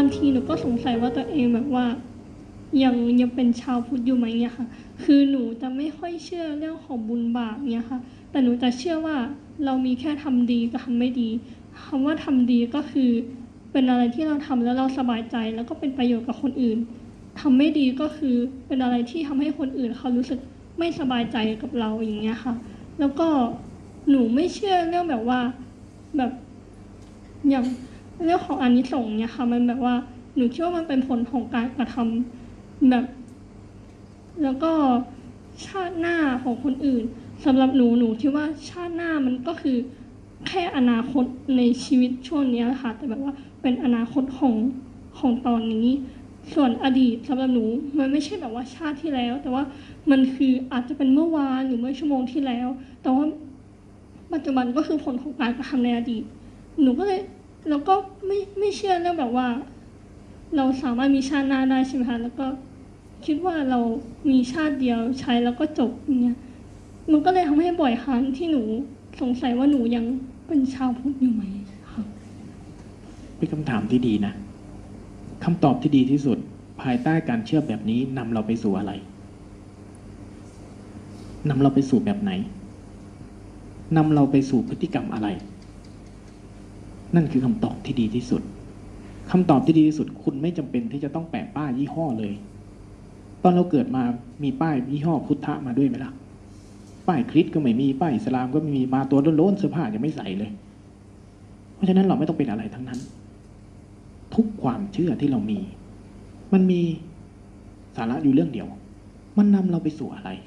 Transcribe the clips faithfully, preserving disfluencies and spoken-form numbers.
ทีหนูก็สงสัยว่าตัวเองแบบว่ายังยังเป็นชาวพุทธอยู่ไหมเนี่ยค่ะคือหนูจะไม่ค่อยเชื่อเรื่องของบุญบาปเนี่ยค่ะแต่หนูจะเชื่อว่าเรามีแค่ทำดีกับทำไม่ดีคำว่าทำดีก็คือเป็นอะไรที่เราทำแล้วเราสบายใจแล้วก็เป็นประโยชน์กับคนอื่นทำไม่ดีก็คือเป็นอะไรที่ทำให้คนอื่นเขารู้สึกไม่สบายใจกับเราอย่างเงี้ยค่ะแล้วก็หนูไม่เชื่อเรื่องแบบว่าแบบอย่างเรื่องของอานิสงส์เนี่ยค่ะมันแบบว่าหนูคิดว่ามันเป็นผลของการกระทำแบบแล้วก็ชาติหน้าของคนอื่นสำหรับหนูหนูคิดว่าชาติหน้ามันก็คือแค่อนาคตในชีวิตช่วงนี้ค่ะแต่แบบว่าเป็นอนาคตของของตอนนี้ส่วนอดีตสำหรับหนูมันไม่ใช่แบบว่าชาติที่แล้วแต่ว่ามันคืออาจจะเป็นเมื่อวานหรือเมื่อชั่วโมงที่แล้วแต่ว่าปัจจุบันก็คือผลของการกระทำในอดีตหนูก็เลยแล้วก็ไม่ไม่เชื่อเรื่องแบบว่าเราสามารถมีชาติหน้าได้ใช่ไหมคะแล้วก็คิดว่าเรามีชาติเดียวใช้แล้วก็จบอย่างเงี้ยมันก็เลยทำให้บ่อยครั้งที่หนูสงสัยว่าหนูยังเป็นชาวพุทธอยู่ไหมค่ะเป็นคำถามที่ดีนะคำตอบที่ดีที่สุดภายใต้การเชื่อแบบนี้นำเราไปสู่อะไรนำเราไปสู่แบบไหนนำเราไปสู่พฤติกรรมอะไรนั่นคือคำตอบที่ดีที่สุดคำตอบที่ดีที่สุดคุณไม่จำเป็นที่จะต้องแปะป้ายยี่ห้อเลยตอนเราเกิดมามีป้ายยี่ห้อพุทธะมาด้วยไหมล่ะป้ายคริสต์ก็ไม่มีป้ายอิสลามก็ไม่มีมาตัวโล้นๆเสื้อผ้ายังไม่ใส่เลยเพราะฉะนั้นเราไม่ต้องเป็นอะไรทั้งนั้นทุกความเชื่อที่เรามีมันมีสาระอยู่เรื่องเดียวมันนำเราไปสู่อะไร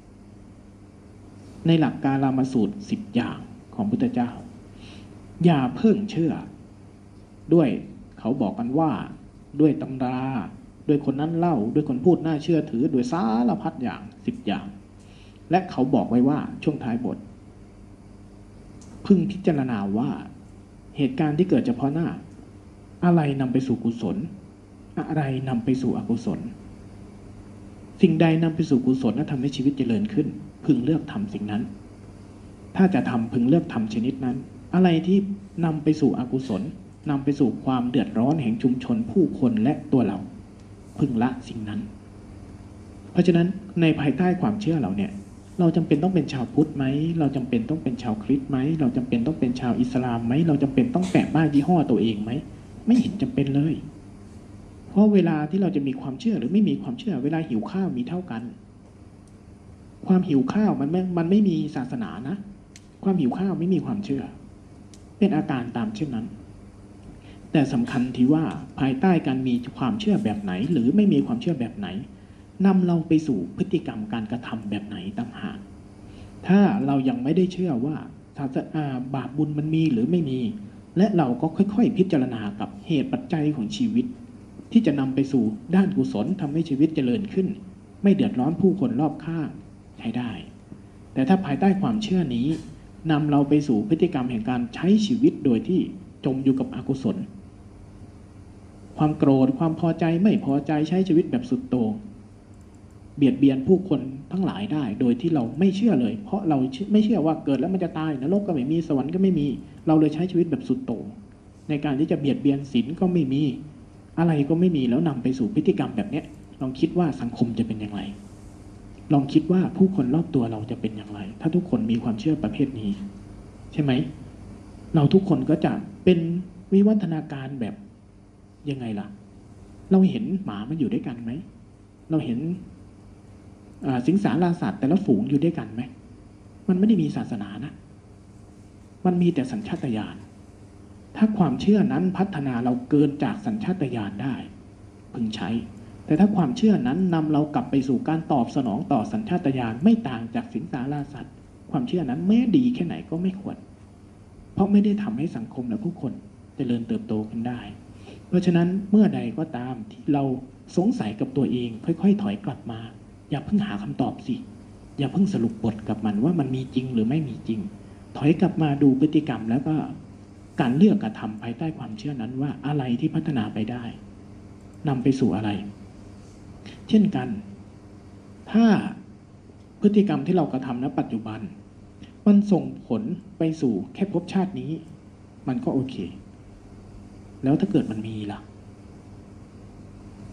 ในหลักการรามาสูตรสิบอย่างของพุทธเจ้าอย่าเพิ่งเชื่อด้วยเขาบอกกันว่าด้วยตำราด้วยคนนั้นเล่าด้วยคนพูดน่าเชื่อถือด้วยสารพัดอย่างสิบอย่างและเขาบอกไว้ว่าช่วงท้ายบทพึงพิจารณาว่าเหตุการณ์ที่เกิดเฉพาะหน้าอะไรนำไปสู่กุศลอะไรนำไปสู่อกุศลสิ่งใดนำไปสู่กุศลและทำให้ชีวิตเจริญขึ้นพึงเลือกทำสิ่งนั้นถ้าจะทำพึงเลือกทำชนิดนั้นอะไรที่นำไปสู่อกุศลนำไปสู่ความเดือดร้อนแห่งชุมชนผู้คนและตัวเราพึงละสิ่งนั้นเพราะฉะนั้นในภายใต้ความเชื่อเราเนี่ยเราจำเป็นต้องเป็นชาวพุทธไหมเราจำเป็นต้องเป็นชาวคริสต์ไหมเราจำเป็นต้องเป็นชาวอิสลามไหมเราจำเป็นต้องแปะป้ายยี่ห้อตัวเองไหมไม่เห็นจำเป็นเลยเพราะเวลาที่เราจะมีความเชื่อหรือไม่มีความเชื่อเวลาหิวข้าวมีเท่ากันความหิวข้าวมันไม่มันไม่มีศาสนานะความหิวข้าวไม่มีความเชื่อเป็นอาการตามเช่นนั้นแต่สำคัญที่ว่าภายใต้การมีความเชื่อแบบไหนหรือไม่มีความเชื่อแบบไหนนำเราไปสู่พฤติกรรมการกระทำแบบไหนต่างหากถ้าเรายังไม่ได้เชื่อว่าบาปบุญมันมีหรือไม่มีและเราก็ค่อยๆพิจารณากับเหตุปัจจัยของชีวิตที่จะนำไปสู่ด้านกุศลทำให้ชีวิตเจริญขึ้นไม่เดือดร้อนผู้คนรอบข้างใช้ได้แต่ถ้าภายใต้ความเชื่อนี้นำเราไปสู่พฤติกรรมแห่งการใช้ชีวิตโดยที่จมอยู่กับอกุศลความโกรธความพอใจไม่พอใจใช้ชีวิตแบบสุดโต่งเบียดเบียนผู้คนทั้งหลายได้โดยที่เราไม่เชื่อเลยเพราะเราไม่เชื่อว่าเกิดแล้วมันจะตายนรกก็ไม่มีสวรรค์ก็ไม่มีเราเลยใช้ชีวิตแบบสุดโต่งในการที่จะเบียดเบียนศีลก็ไม่มีอะไรก็ไม่มีแล้วนำไปสู่พฤติกรรมแบบนี้ลองคิดว่าสังคมจะเป็นอย่างไรลองคิดว่าผู้คนรอบตัวเราจะเป็นอย่างไรถ้าทุกคนมีความเชื่อประเภทนี้ใช่ไหมเราทุกคนก็จะเป็นวิวัฒนาการแบบยังไงล่ะเราเห็นหมามันอยู่ด้วยกันไหมเราเห็นสิงสาราสัตว์แต่ละฝูงอยู่ด้วยกันไหมมันไม่ได้มีศาสนานะมันมีแต่สัญชาตญาณถ้าความเชื่อนั้นพัฒนาเราเกินจากสัญชาตญาณได้พึงใช้แต่ถ้าความเชื่อนั้นนำเรากลับไปสู่การตอบสนองต่อสัญชาตญาณไม่ต่างจากสิงสาราสัตว์ความเชื่อนั้นแม้ดีแค่ไหนก็ไม่ควรเพราะไม่ได้ทำให้สังคมและผู้คนเจริญเติบโตขึ้นได้เพราะฉะนั้นเมื่อใดก็ตามที่เราสงสัยกับตัวเองค่อยๆถอยกลับมาอย่าเพิ่งหาคำตอบสิอย่าเพิ่งสรุปบทกับมันว่ามันมีจริงหรือไม่มีจริงถอยกลับมาดูพฤติกรรมแล้วก็การเลือกกระทำภายใต้ความเชื่อนั้นว่าอะไรที่พัฒนาไปได้นำไปสู่อะไรเช่นกันถ้าพฤติกรรมที่เรากระทำณปัจจุบันมันส่งผลไปสู่แค่ภพชาตินี้มันก็โอเคแล้วถ้าเกิดมันมีล่ะ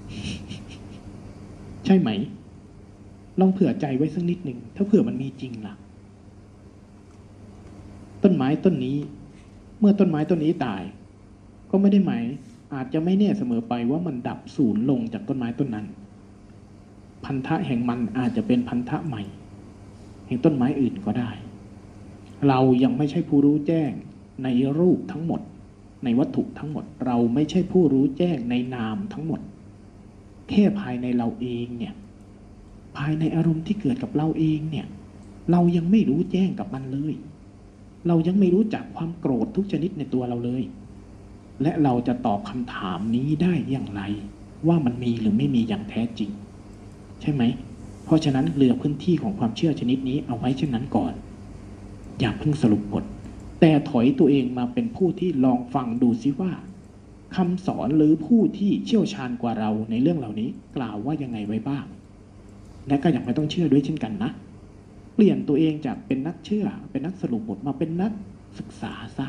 ใช่ไหมลองเผื่อใจไว้สักนิดหนึ่งถ้าเผื่อมันมีจริงล่ะต้นไม้ต้นนี้เมื่อต้นไม้ต้นนี้ตายก็ไม่ได้หมายอาจจะไม่แน่เสมอไปว่ามันดับสูญลงจากต้นไม้ต้นนั้นพันธะแห่งมันอาจจะเป็นพันธะใหม่แห่งต้นไม้อื่นก็ได้เรายังไม่ใช่ผู้รู้แจ้งในรูปทั้งหมดในวัตถุทั้งหมดเราไม่ใช่ผู้รู้แจ้งในนามทั้งหมดแค่ภายในเราเองเนี่ยภายในอารมณ์ที่เกิดกับเราเองเนี่ยเรายังไม่รู้แจ้งกับมันเลยเรายังไม่รู้จักความโกรธทุกชนิดในตัวเราเลยและเราจะตอบคำถามนี้ได้อย่างไรว่ามันมีหรือไม่มีอย่างแท้จริงใช่ไหมเพราะฉะนั้นเหลือพื้นที่ของความเชื่อชนิดนี้เอาไว้เช่นนั้นก่อนอย่าเพิ่งสรุปบทแต่ถอยตัวเองมาเป็นผู้ที่ลองฟังดูซิว่าคำสอนหรือผู้ที่เชี่ยวชาญกว่าเราในเรื่องเหล่านี้กล่าวว่ายังไงไว้บ้างและก็ยังไม่ต้องเชื่อด้วยเช่นกันนะเปลี่ยนตัวเองจากเป็นนักเชื่อเป็นนักสรุปบทมาเป็นนักศึกษาซะ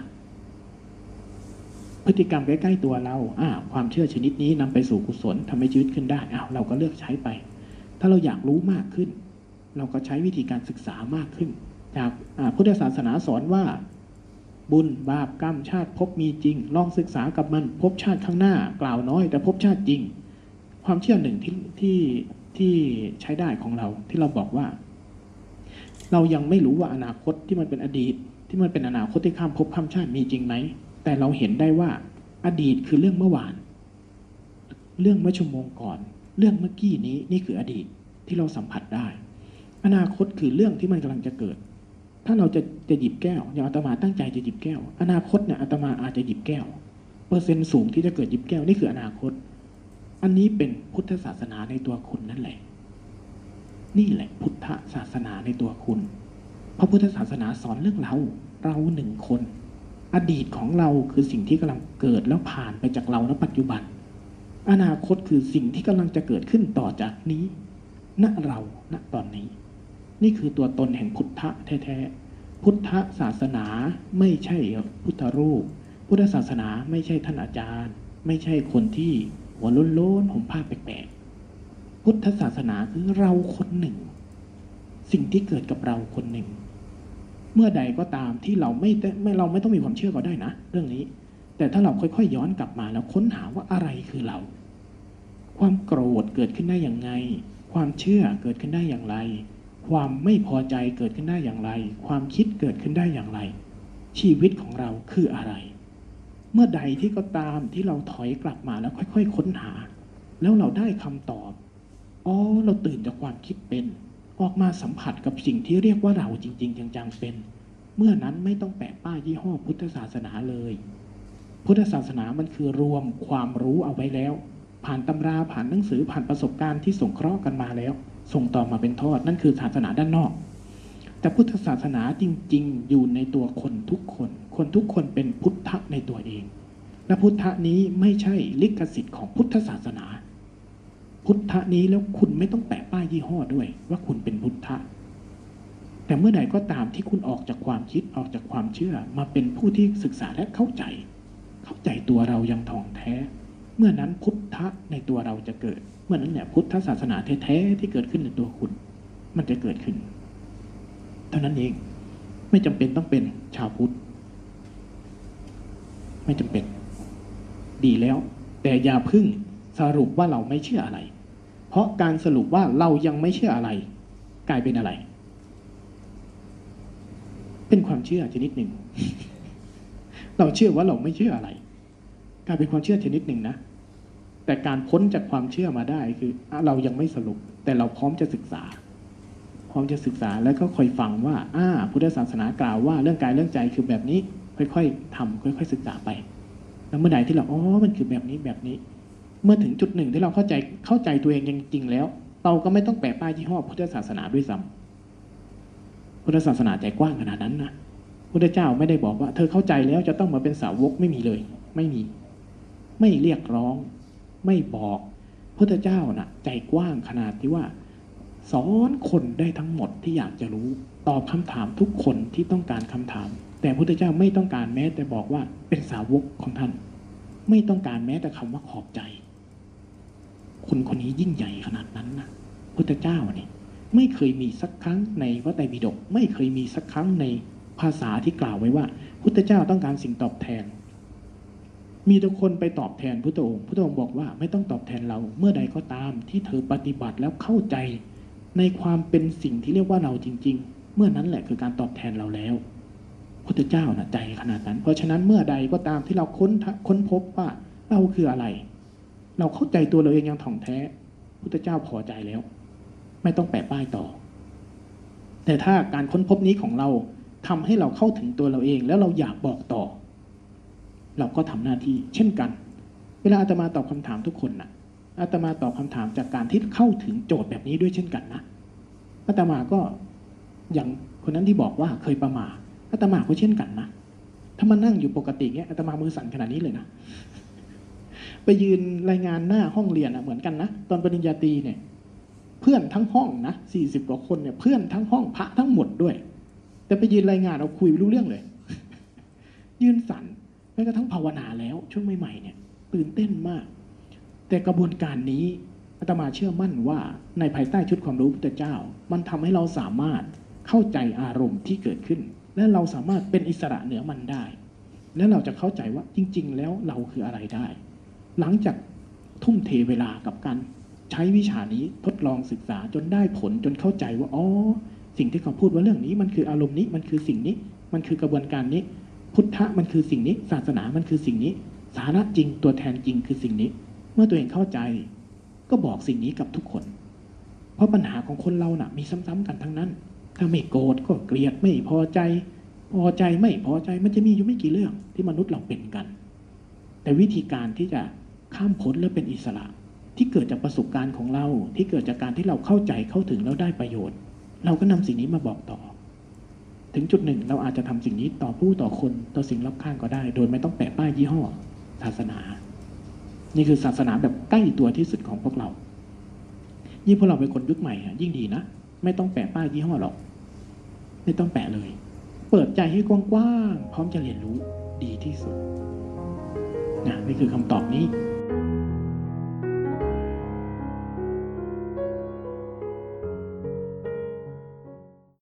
พฤติกรรมใกล้ๆตัวเราอ่าความเชื่อชนิดนี้นำไปสู่กุศลทำให้ชีวิตขึ้นได้อ้าวเราก็เลือกใช้ไปถ้าเราอยากรู้มากขึ้นเราก็ใช้วิธีการศึกษามากขึ้นจากพุทธศาสนาสอนว่าบุญบาปกรรมชาติภพมีจริงลองศึกษากับมันภพชาติข้างหน้ากล่าวน้อยแต่ภพชาติจริงความเชื่อหนึ่งที่ที่ที่ใช้ได้ของเราที่เราบอกว่าเรายังไม่รู้ว่าอนาคตที่มันเป็นอดีตที่มันเป็นอนาคตที่ข้ามภพข้ามชาติมีจริงไหมแต่เราเห็นได้ว่าอดีตคือเรื่องเมื่อวานเรื่องเมื่อชั่วโมงก่อนเรื่องเมื่อกี้นี้นี่คืออดีตที่เราสัมผัสได้อนาคตคือเรื่องที่มันกำลังจะเกิดถ้าเราจะจะหยิบแก้วอย่างอาตมาตั้งใจจะหยิบแก้วอนาคตเนี่ยอาตมาอาจจะหยิบแก้วเปอร์เซ็นต์สูงที่จะเกิดหยิบแก้วนี่คืออนาคตอันนี้เป็นพุทธศาสนาในตัวคุณนั่นแหละนี่แหละพุทธศาสนาในตัวคุณเพราะพุทธศาสนาสอนเรื่องเราเราหนึ่งคนอดีตของเราคือสิ่งที่กำลังเกิดแล้วผ่านไปจากเราณปัจจุบันอนาคตคือสิ่งที่กำลังจะเกิดขึ้นต่อจากนี้ณเราณตอนนี้นี่คือตัวตนแห่งพุทธะแท้ๆพุทธศาสนาไม่ใช่พุทธรูปพุทธศาสนาไม่ใช่ท่านอาจารย์ไม่ใช่คนที่หัวโล้นๆห่มผ้าแปลกๆพุทธศาสนาคือเราคนหนึ่งสิ่งที่เกิดกับเราคนหนึ่งเมื่อใดก็ตามที่เราไม่ไม่เราไม่ต้องมีความเชื่อก็ได้นะเรื่องนี้แต่ถ้าเราค่อยๆย้อนกลับมาแล้วค้นหาว่าอะไรคือเราความโกรธเกิดขึ้นได้อย่างไรความเชื่อเกิดขึ้นได้อย่างไรความไม่พอใจเกิดขึ้นได้อย่างไรความคิดเกิดขึ้นได้อย่างไรชีวิตของเราคืออะไรเมื่อใดที่ก็ตามที่เราถอยกลับมาแล้วค่อยๆค้นหาแล้วเราได้คำตอบอ๋อเราตื่นจากความคิดเป็นออกมาสัมผัสกับสิ่งที่เรียกว่าเราจริงๆจังๆเป็นเมื่อนั้นไม่ต้องแปะป้ายยี่ห้อพุทธศาสนาเลยพุทธศาสนามันคือรวมความรู้เอาไว้แล้วผ่านตำราผ่านหนังสือผ่านประสบการณ์ที่ส่งเคราะห์กันมาแล้วส่งต่อมาเป็นทอดนั่นคือศาสนาด้านนอกแต่พุทธศาสนาจริงๆอยู่ในตัวคนทุกคนคนทุกคนเป็นพุทธะในตัวเองและพุทธะนี้ไม่ใช่ลิขสิทธิ์ของพุทธศาสนาพุทธะนี้แล้วคุณไม่ต้องแปะป้ายยี่ห้อด้วยว่าคุณเป็นพุทธะแต่เมื่อใดก็ตามที่คุณออกจากความคิดออกจากความเชื่อมาเป็นผู้ที่ศึกษาและเข้าใจเข้าใจตัวเราอย่างถ่องแท้เมื่อนั้นพุทธะในตัวเราจะเกิดเมื่อนั้นเนี่ยพุทธศาสนาแท้ๆที่เกิดขึ้นในตัวคุณมันจะเกิดขึ้นเท่านั้นเองไม่จำเป็นต้องเป็นชาวพุทธไม่จำเป็นดีแล้วแต่อย่าพึ่งสรุปว่าเราไม่เชื่ออะไรเพราะการสรุปว่าเรายังไม่เชื่ออะไรกลายเป็นอะไรเป็นความเชื่อชนิดหนึ่ง เราเชื่อว่าเราไม่เชื่ออะไรกลายเป็นความเชื่อชนิดหนึ่งนะแต่การพ้นจากความเชื่อมาได้คือเรายังไม่สรุปแต่เราพร้อมจะศึกษาพร้อมจะศึกษาแล้วก็คอยฟังว่าอ่าพุทธศาสนากล่าวว่าเรื่องกายเรื่องใจคือแบบนี้ค่อยๆทำค่อยๆศึกษาไปแล้วเมื่อใดที่เราอ๋อมันคือแบบนี้แบบนี้เมื่อถึงจุดหนึ่งที่เราเข้าใจเข้าใจตัวเองจริงๆแล้วเราก็ไม่ต้องแปะป้ายยี่ห้อพุทธศาสนาด้วยซ้ำพุทธศาสนาใจกว้างขนาดนั้นนะพุทธเจ้าไม่ได้บอกว่าเธอเข้าใจแล้วจะต้องมาเป็นสาวกไม่มีเลยไม่มีไม่เรียกร้องไม่บอกพุทธเจ้าน่ะใจกว้างขนาดที่ว่าสอนคนได้ทั้งหมดที่อยากจะรู้ตอบคำถามทุกคนที่ต้องการคำถามแต่พุทธเจ้าไม่ต้องการแม้แต่บอกว่าเป็นสาวกของท่านไม่ต้องการแม้แต่คำว่าขอบใจคนคนนี้ยิ่งใหญ่ขนาดนั้นนะพุทธเจ้าเนี่ยไม่เคยมีสักครั้งในพระไตรปิฎกไม่เคยมีสักครั้งในภาษาที่กล่าวไว้ว่าพุทธเจ้าต้องการสิ่งตอบแทนมีทุกคนไปตอบแทนพุทธองค์พุทธองค์บอกว่าไม่ต้องตอบแทนเราเมื่อใดก็ตามที่เธอปฏิบัติแล้วเข้าใจในความเป็นสิ่งที่เรียกว่าเราจริงๆเมื่อนั้นแหละคือการตอบแทนเราแล้วพุทธเจ้านะใจขนาดนั้นเพราะฉะนั้นเมื่อใดก็ตามที่เราค้นค้นพบว่าเราคืออะไรเราเข้าใจตัวเราเองอย่างถ่องแท้พุทธเจ้าพอใจแล้วไม่ต้องแปะป้ายต่อแต่ถ้าการค้นพบนี้ของเราทำให้เราเข้าถึงตัวเราเองแล้วเราอยากบอกต่อเราก็ทำหน้าที่เช่นกันเวลาอาตมาตอบคำถามทุกคนนะอาตมาตอบคำถามจากการที่เข้าถึงโจทย์แบบนี้ด้วยเช่นกันนะอาตมาก็อย่างคนนั้นที่บอกว่าเคยประมาทอาตมาก็เช่นกันนะถ้ามานั่งอยู่ปกติเงี้ยอาตมามือสั่นขนาดนี้เลยนะไปยืนรายงานหน้าห้องเรียนอะเหมือนกันนะตอนปริญญาตรีเนี่ยเพื่อนทั้งห้องนะสี่สิบกว่าคนเนี่ยเพื่อนทั้งห้องพระทั้งหมดด้วยแต่ไปยืนรายงานเราคุยไม่รู้เรื่องเลยยืนสั่นแม้กระทั่งภาวนาแล้วช่วงใหม่ๆเนี่ยตื่นเต้นมากแต่กระบวนการนี้อาตมาเชื่อมั่นว่าในภายใต้ชุดความรู้พุทธเจ้ามันทำให้เราสามารถเข้าใจอารมณ์ที่เกิดขึ้นและเราสามารถเป็นอิสระเหนือมันได้และเราจะเข้าใจว่าจริงๆแล้วเราคืออะไรได้หลังจากทุ่มเทเวลากับการใช้วิชานี้ทดลองศึกษาจนได้ผลจนเข้าใจว่าอ๋อสิ่งที่เขาพูดว่าเรื่องนี้มันคืออารมณ์นี้มันคือสิ่งนี้มันคือกระบวนการนี้พุทธะมันคือสิ่งนี้ศาสนามันคือสิ่งนี้สาระจริงตัวแทนจริงคือสิ่งนี้เมื่อตัวเองเข้าใจก็บอกสิ่งนี้กับทุกคนเพราะปัญหาของคนเราน่ะมีซ้ำๆกันทั้งนั้นถ้าไม่โกรธก็เกลียดไม่พอใจพอใจไม่พอใจมันจะมีอยู่ไม่กี่เรื่องที่มนุษย์เราเป็นกันแต่วิธีการที่จะข้ามพ้นและเป็นอิสระที่เกิดจากประสบการณ์ของเราที่เกิดจากการที่เราเข้าใจเข้าถึงแล้วได้ประโยชน์เราก็นำสิ่งนี้มาบอกต่อถึงจุดหนึ่งเราอาจจะทำสิ่งนี้ต่อผู้ต่อคนต่อสิ่งรอบข้างก็ได้โดยไม่ต้องแปะป้ายยี่ห้อศาสนานี่คือศาสนาแบบใกล้ตัวที่สุดของพวกเรายิ่งพวกเราเป็นคนยุคใหม่ยิ่งดีนะไม่ต้องแปะป้ายยี่ห้อหรอกไม่ต้องแปะเลยเปิดใจให้กว้างๆพร้อมจะเรียนรู้ดีที่สุดนะนี่คือคำตอบนี้